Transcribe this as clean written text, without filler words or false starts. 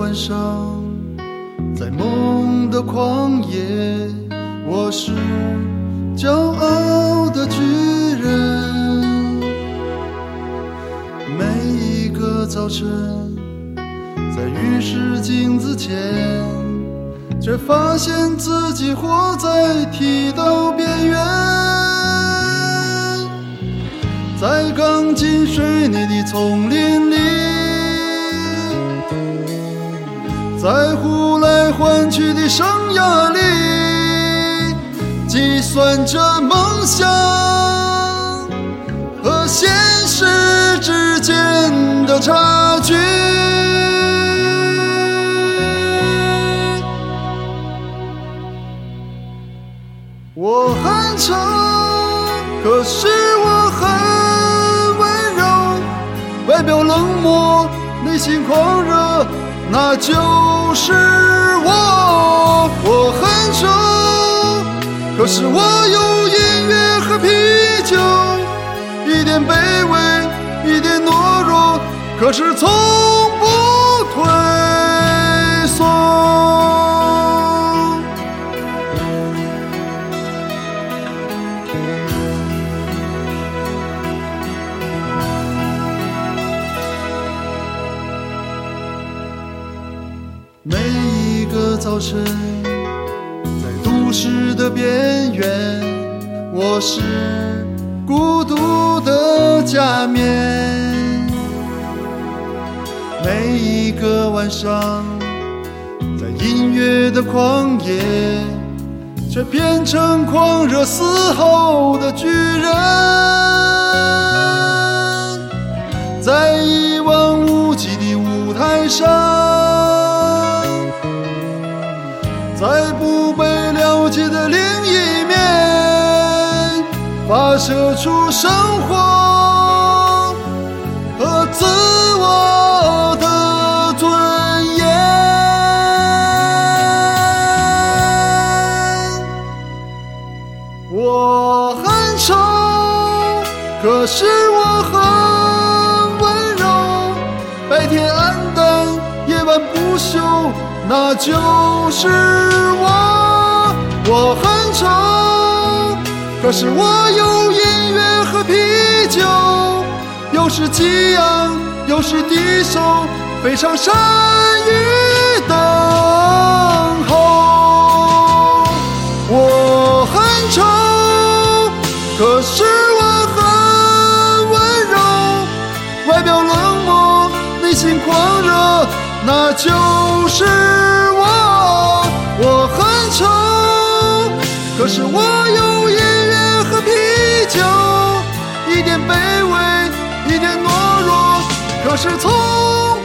晚上，在梦的旷野，我是骄傲的巨人。每一个早晨，在浴室镜子前，却发现自己活在剃刀边缘。在钢筋水泥的丛林里，在呼来唤去的生涯里，计算着梦想和现实之间的差距。我很丑，可是我很温柔，外表冷漠，内心狂热，那就是我。我很丑，可是我有音乐和啤酒，一点卑微，一点懦弱，可是从不退缩。每一个早晨，在都市的边缘，我是孤独的假面。每一个晚上，在音乐的旷野，却变成狂热嘶吼的巨人。在一望无际的舞台上，在不被了解的另一面，发射出生活和自我的尊严。我很丑，可是我很温柔，白天黯淡，夜晚不休，那就是我。我很丑，可是我有音乐和啤酒，有时激昂，有时低首，飞上山与等候。我很丑，可是我很温柔，外表冷漠，内心狂热，那就是我。我很丑，可是我有音乐和啤酒，一点卑微，一点懦弱，可是从